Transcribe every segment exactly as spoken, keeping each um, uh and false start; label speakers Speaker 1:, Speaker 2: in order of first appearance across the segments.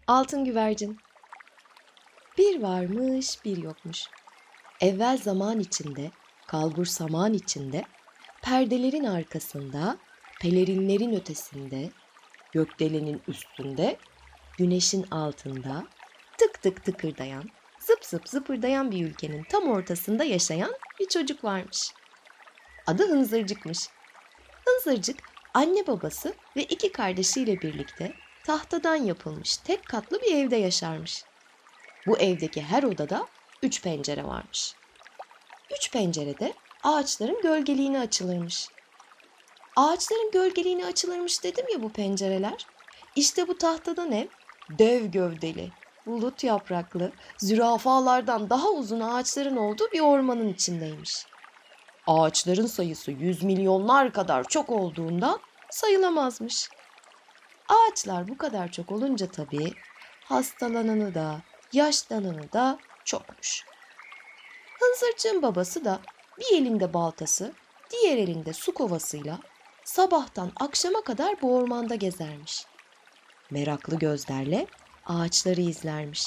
Speaker 1: Altın güvercin. Bir varmış, bir yokmuş. Evvel zaman içinde, kalbur saman içinde, perdelerin arkasında, pelerinlerin ötesinde, gökdelenin üstünde, güneşin altında, tık tık tıkırdayan, zıp zıp zıpırdayan bir ülkenin tam ortasında yaşayan bir çocuk varmış. Adı Hınzırcık'mış. Hınzırcık, anne babası ve iki kardeşiyle birlikte tahtadan yapılmış tek katlı bir evde yaşarmış. Bu evdeki her odada üç pencere varmış. Üç pencerede ağaçların gölgeliğine açılırmış. Ağaçların gölgeliğine açılırmış dedim ya bu pencereler. İşte bu tahtadan ev dev gövdeli, bulut yapraklı, zürafalardan daha uzun ağaçların olduğu bir ormanın içindeymiş. Ağaçların sayısı yüz milyonlar kadar çok olduğundan sayılamazmış. Ağaçlar bu kadar çok olunca tabii hastalananı da, yaşlananı da çokmuş. Hınzırcığın babası da bir elinde baltası, diğer elinde su kovasıyla sabahtan akşama kadar bu ormanda gezermiş. Meraklı gözlerle ağaçları izlermiş.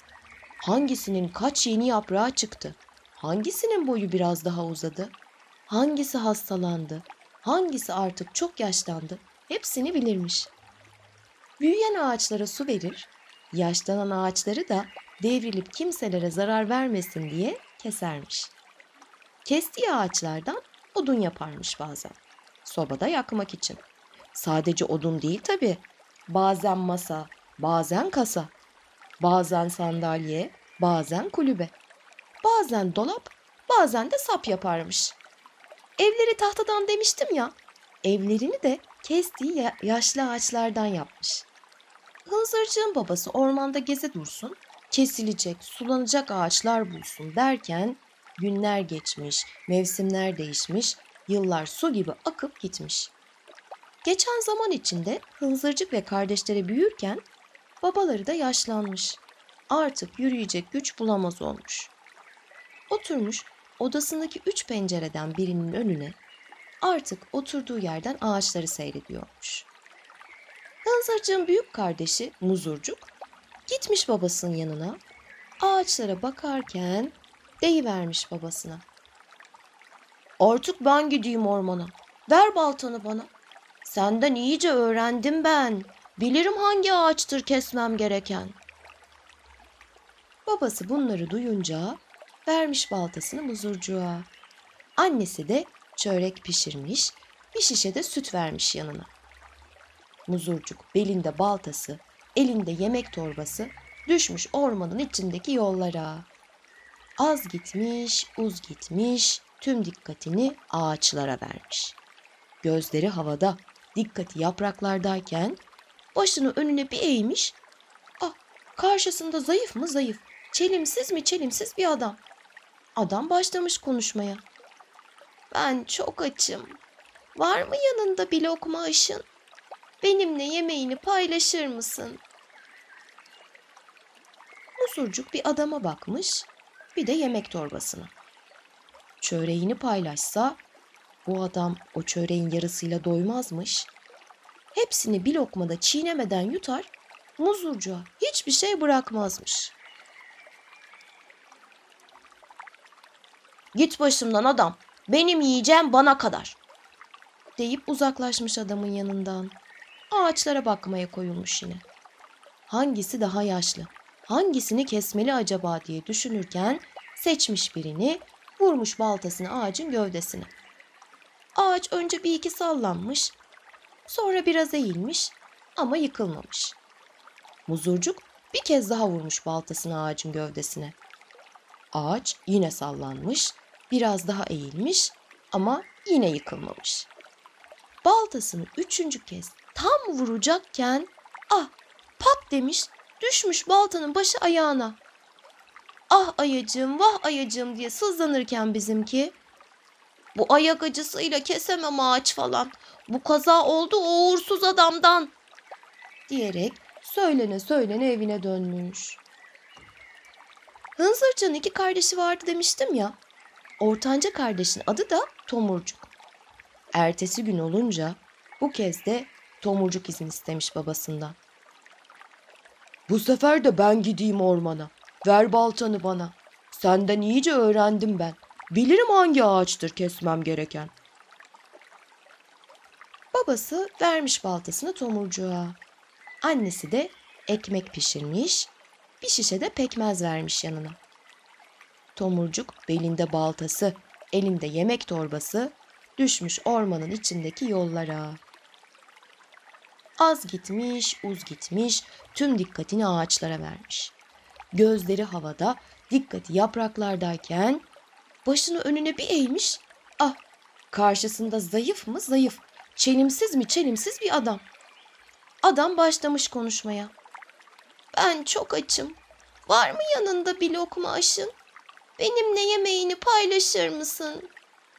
Speaker 1: Hangisinin kaç yeni yaprağı çıktı? Hangisinin boyu biraz daha uzadı? Hangisi hastalandı? Hangisi artık çok yaşlandı? Hepsini bilirmiş. Büyüyen ağaçlara su verir, yaşlanan ağaçları da devrilip kimselere zarar vermesin diye kesermiş. Kestiği ağaçlardan odun yaparmış bazen. Sobada yakmak için. Sadece odun değil tabii. Bazen masa, bazen kasa. Bazen sandalye, bazen kulübe. Bazen dolap, bazen de sap yaparmış. Evleri tahtadan demiştim ya. Evlerini de kestiği yaşlı ağaçlardan yapmış. Hınzırcığın babası ormanda geze dursun, kesilecek, sulanacak ağaçlar bulsun derken günler geçmiş, mevsimler değişmiş, yıllar su gibi akıp gitmiş. Geçen zaman içinde Hınzırcık ve kardeşleri büyürken babaları da yaşlanmış. Artık yürüyecek güç bulamaz olmuş. Oturmuş odasındaki üç pencereden birinin önüne artık oturduğu yerden ağaçları seyrediyormuş. Hınzırcığın büyük kardeşi Muzurcuk gitmiş babasının yanına, ağaçlara bakarken deyivermiş babasına. Artık ben gideyim ormana, ver baltanı bana. Senden iyice öğrendim ben, bilirim hangi ağaçtır kesmem gereken. Babası bunları duyunca vermiş baltasını Muzurcuğa. Annesi de çörek pişirmiş, bir şişe de süt vermiş yanına. Muzurcuk belinde baltası, elinde yemek torbası düşmüş ormanın içindeki yollara. Az gitmiş, uz gitmiş, tüm dikkatini ağaçlara vermiş. Gözleri havada, dikkati yapraklardayken başını önüne bir eğmiş. Ah, karşısında zayıf mı zayıf, çelimsiz mi çelimsiz bir adam. Adam başlamış konuşmaya. Ben çok açım. Var mı yanında bir lokma aşın? Benimle yemeğini paylaşır mısın? Muzurcuk bir adama bakmış, bir de yemek torbasına. Çöreğini paylaşsa bu adam o çöreğin yarısıyla doymazmış. Hepsini bir lokmada çiğnemeden yutar, Muzurcuğa hiçbir şey bırakmazmış. Git başımdan adam, benim yiyeceğim bana kadar, deyip uzaklaşmış adamın yanından. Ağaçlara bakmaya koyulmuş yine. Hangisi daha yaşlı, hangisini kesmeli acaba diye düşünürken seçmiş birini, vurmuş baltasını ağacın gövdesine. Ağaç önce bir iki sallanmış, sonra biraz eğilmiş ama yıkılmamış. Muzurcuk bir kez daha vurmuş baltasını ağacın gövdesine. Ağaç yine sallanmış, biraz daha eğilmiş ama yine yıkılmamış. Baltasını üçüncü kez tam vuracakken ah pat demiş, düşmüş baltanın başı ayağına. Ah ayacığım, vah ayacığım diye sızlanırken bizimki, bu ayak acısıyla kesemem ağaç falan, bu kaza oldu o uğursuz adamdan, diyerek söylene söylene evine dönmüş. Hınzırcığın iki kardeşi vardı demiştim ya, ortanca kardeşin adı da Tomurcuk. Ertesi gün olunca bu kez de Tomurcuk izin istemiş babasından. Bu sefer de ben gideyim ormana. Ver baltanı bana. Senden iyice öğrendim ben. Bilirim hangi ağaçtır kesmem gereken. Babası vermiş baltasını tomurcuğa. Annesi de ekmek pişirmiş, bir şişe de pekmez vermiş yanına. Tomurcuk belinde baltası, elinde yemek torbası düşmüş ormanın içindeki yollara. Az gitmiş, uz gitmiş, tüm dikkatini ağaçlara vermiş. Gözleri havada, dikkati yapraklardayken başını önüne bir eğmiş. Ah, karşısında zayıf mı zayıf, çelimsiz mi çelimsiz bir adam. Adam başlamış konuşmaya. Ben çok açım. Var mı yanında bir lokma aşın? Benimle yemeğini paylaşır mısın?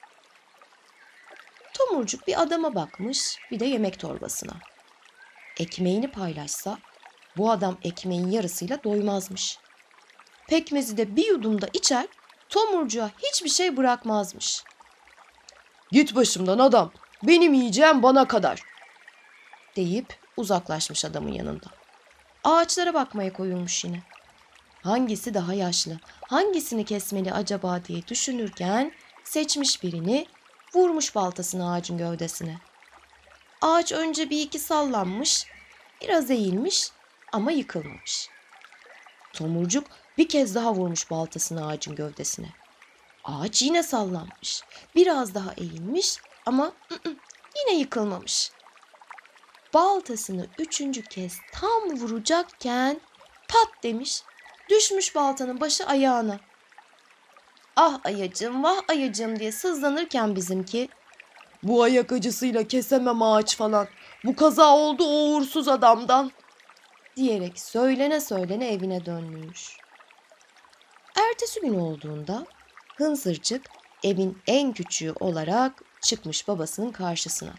Speaker 1: Tomurcuk bir adama bakmış, bir de yemek torbasına. Ekmeğini paylaşsa bu adam ekmeğin yarısıyla doymazmış. Pekmezi de bir yudumda içer, tomurcuğa hiçbir şey bırakmazmış. Git başımdan adam, benim yiyeceğim bana kadar, deyip uzaklaşmış adamın yanında. Ağaçlara bakmaya koyulmuş yine. Hangisi daha yaşlı, hangisini kesmeli acaba diye düşünürken seçmiş birini, vurmuş baltasını ağacın gövdesine. Ağaç önce bir iki sallanmış, biraz eğilmiş ama yıkılmamış. Tomurcuk bir kez daha vurmuş baltasını ağacın gövdesine. Ağaç yine sallanmış, biraz daha eğilmiş ama ı -ı, yine yıkılmamış. Baltasını üçüncü kez tam vuracakken pat demiş, düşmüş baltanın başı ayağına. Ah ayacım, vah ayacım diye sızlanırken bizimki, bu ayak acısıyla kesemem ağaç falan, bu kaza oldu o uğursuz adamdan, diyerek söylene söylene evine dönmüş. Ertesi gün olduğunda Hınzırcık evin en küçüğü olarak çıkmış babasının karşısına.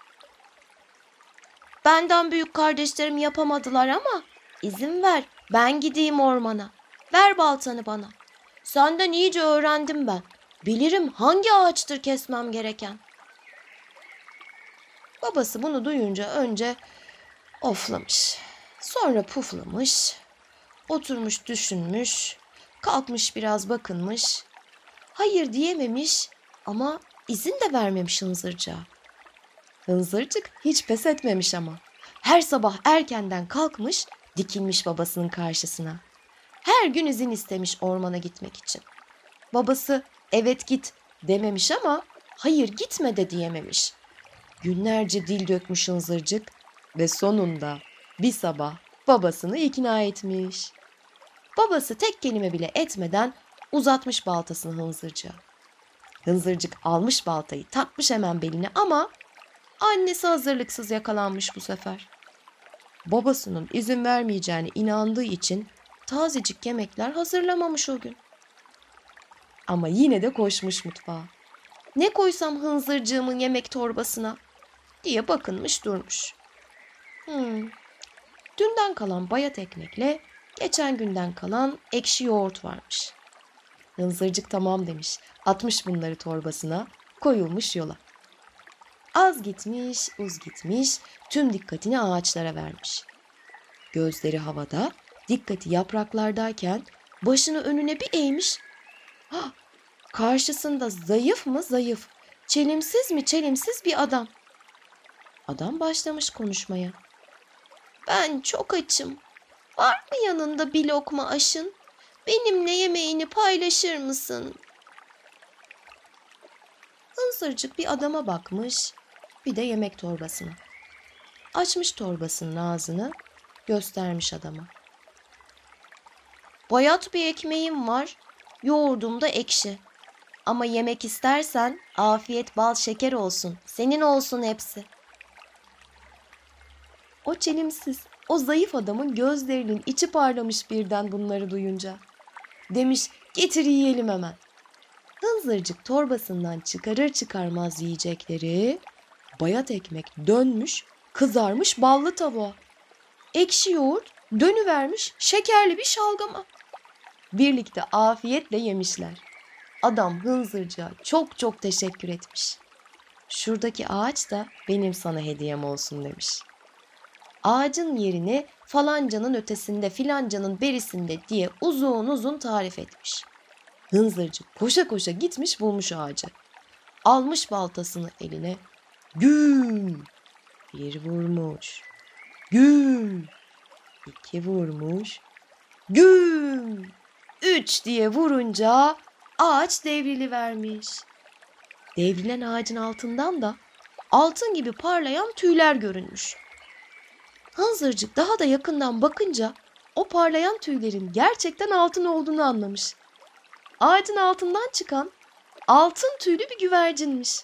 Speaker 1: Benden büyük kardeşlerim yapamadılar ama izin ver, ben gideyim ormana. Ver baltanı bana. Senden iyice öğrendim ben. Bilirim hangi ağaçtır kesmem gereken. Babası bunu duyunca önce oflamış, sonra puflamış, oturmuş düşünmüş, kalkmış biraz bakınmış. Hayır diyememiş ama izin de vermemiş Hınzırcığa. Hınzırcık hiç pes etmemiş ama. Her sabah erkenden kalkmış, dikilmiş babasının karşısına. Her gün izin istemiş ormana gitmek için. Babası evet git dememiş ama hayır gitme de diyememiş. Günlerce dil dökmüş Hınzırcık ve sonunda bir sabah babasını ikna etmiş. Babası tek kelime bile etmeden uzatmış baltasını Hınzırcığa. Hınzırcık almış baltayı, takmış hemen beline ama annesi hazırlıksız yakalanmış bu sefer. Babasının izin vermeyeceğine inandığı için tazecik yemekler hazırlamamış o gün. Ama yine de koşmuş mutfağa. Ne koysam Hınzırcığımın yemek torbasına diye bakınmış durmuş. Hmm. Dünden kalan bayat ekmekle geçen günden kalan ekşi yoğurt varmış. Hınzırcık tamam demiş. Atmış bunları torbasına, koyulmuş yola. Az gitmiş, uz gitmiş, tüm dikkatini ağaçlara vermiş. Gözleri havada, dikkati yapraklardayken başını önüne bir eğmiş. Ha, karşısında zayıf mı zayıf, çelimsiz mi çelimsiz bir adam. Adam başlamış konuşmaya. Ben çok açım. Var mı yanında bir lokma aşın? Benimle yemeğini paylaşır mısın? Hınzırcık bir adama bakmış, bir de yemek torbasına. Açmış torbasının ağzını, göstermiş adama. Bayat bir ekmeğim var, yoğurdum da ekşi. Ama yemek istersen afiyet bal şeker olsun, senin olsun hepsi. O çelimsiz, o zayıf adamın gözlerinin içi parlamış birden bunları duyunca. Demiş, getir yiyelim hemen. Hınzırcık torbasından çıkarır çıkarmaz yiyecekleri, bayat ekmek dönmüş, kızarmış ballı tavuğa. Ekşi yoğurt dönüvermiş şekerli bir şalgama. Birlikte afiyetle yemişler. Adam Hınzırcığa çok çok teşekkür etmiş. Şuradaki ağaç da benim sana hediyem olsun demiş. ağacın yerini falancanın ötesinde filancanın berisinde diye uzun uzun tarif etmiş. Hınzırcık koşa koşa gitmiş bulmuş ağacı. Almış baltasını eline. Güm! Bir vurmuş. Güm! İki vurmuş. Güm! Üç diye vurunca ağaç devrilivermiş. Devrilen ağacın altından da altın gibi parlayan tüyler görünmüş. Hınzırcık daha da yakından bakınca o parlayan tüylerin gerçekten altın olduğunu anlamış. Ağacın altından çıkan altın tüylü bir güvercinmiş.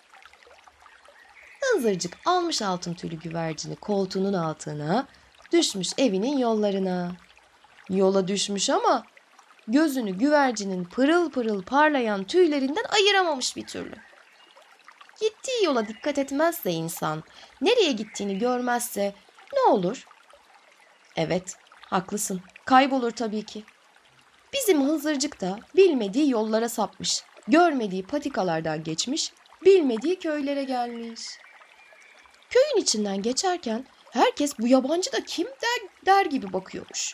Speaker 1: Hınzırcık almış altın tüylü güvercini koltuğunun altına, düşmüş evinin yollarına. Yola düşmüş ama gözünü güvercinin pırıl pırıl parlayan tüylerinden ayıramamış bir türlü. Gittiği yola dikkat etmezse insan, nereye gittiğini görmezse ne olur? Evet, haklısın. Kaybolur tabii ki. Bizim Hınzırcık da bilmediği yollara sapmış, görmediği patikalardan geçmiş, bilmediği köylere gelmiş. Köyün içinden geçerken herkes bu yabancı da kim der, der gibi bakıyormuş.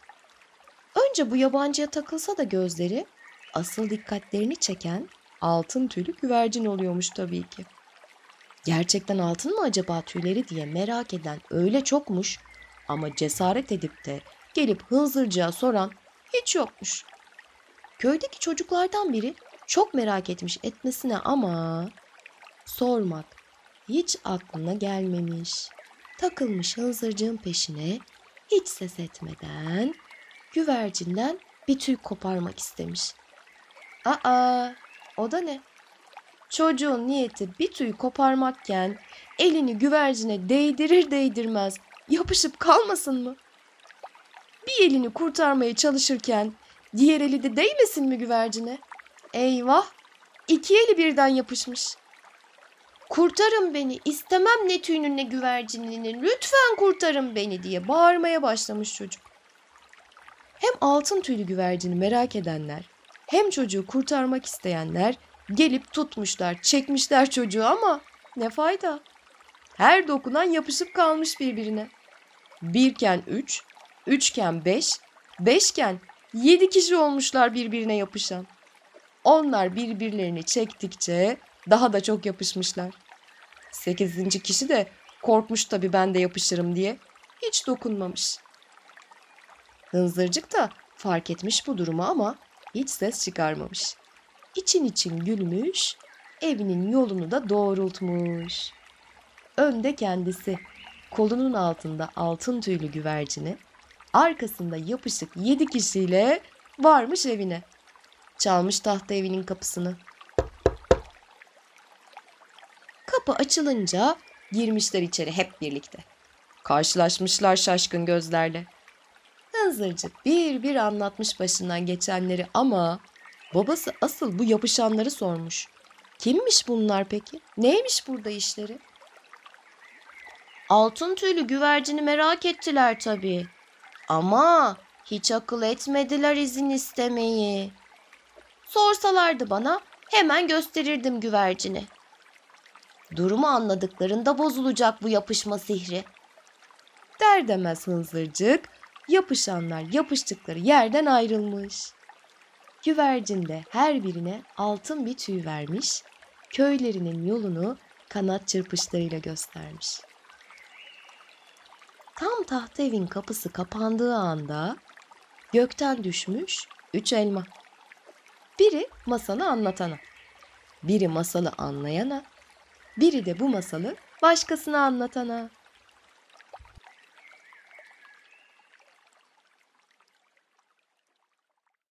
Speaker 1: Önce bu yabancıya takılsa da gözleri, asıl dikkatlerini çeken altın tüylü güvercin oluyormuş tabii ki. Gerçekten altın mı acaba tüyleri diye merak eden öyle çokmuş ama cesaret edip de gelip Hınzırcığa soran hiç yokmuş. Köydeki çocuklardan biri çok merak etmiş etmesine ama sormak hiç aklına gelmemiş. Takılmış Hınzırcığın peşine hiç ses etmeden güvercinden bir tüy koparmak istemiş. Aa, o da ne? Çocuğun niyeti bir tüy koparmakken elini güvercine değdirir değdirmez yapışıp kalmasın mı? Bir elini kurtarmaya çalışırken diğer eli de değmesin mi güvercine? Eyvah! İki eli birden yapışmış. Kurtarın beni, istemem ne tüyünün ne güvercininin, lütfen kurtarın beni diye bağırmaya başlamış çocuk. Hem altın tüylü güvercini merak edenler, hem çocuğu kurtarmak isteyenler gelip tutmuşlar, çekmişler çocuğu ama ne fayda? Her dokunan yapışıp kalmış birbirine. Birken üç, üçken beş, beşken yedi kişi olmuşlar birbirine yapışan. Onlar birbirlerini çektikçe daha da çok yapışmışlar. Sekizinci kişi de korkmuş tabii ben de yapışırım diye hiç dokunmamış. Hınzırcık da fark etmiş bu durumu ama hiç ses çıkarmamış. İçin için gülmüş, evinin yolunu da doğrultmuş. Önde kendisi, kolunun altında altın tüylü güvercini, arkasında yapışık yedi kişiyle varmış evine. Çalmış tahta evinin kapısını. Kapı açılınca girmişler içeri hep birlikte. Karşılaşmışlar şaşkın gözlerle. Hınzırcık bir bir anlatmış başından geçenleri ama babası asıl bu yapışanları sormuş. Kimmiş bunlar peki? Neymiş burada işleri? Altın tüylü güvercini merak ettiler tabii. Ama hiç akıl etmediler izin istemeyi. Sorsalardı bana hemen gösterirdim güvercini. Durumu anladıklarında bozulacak bu yapışma sihri. Der demez Hınzırcık, yapışanlar yapıştıkları yerden ayrılmış. Güvercin de her birine altın bir tüy vermiş, köylerinin yolunu kanat çırpışlarıyla göstermiş. Tam tahta evin kapısı kapandığı anda gökten düşmüş üç elma. Biri masalı anlatana, biri masalı anlayana, biri de bu masalı başkasına anlatana.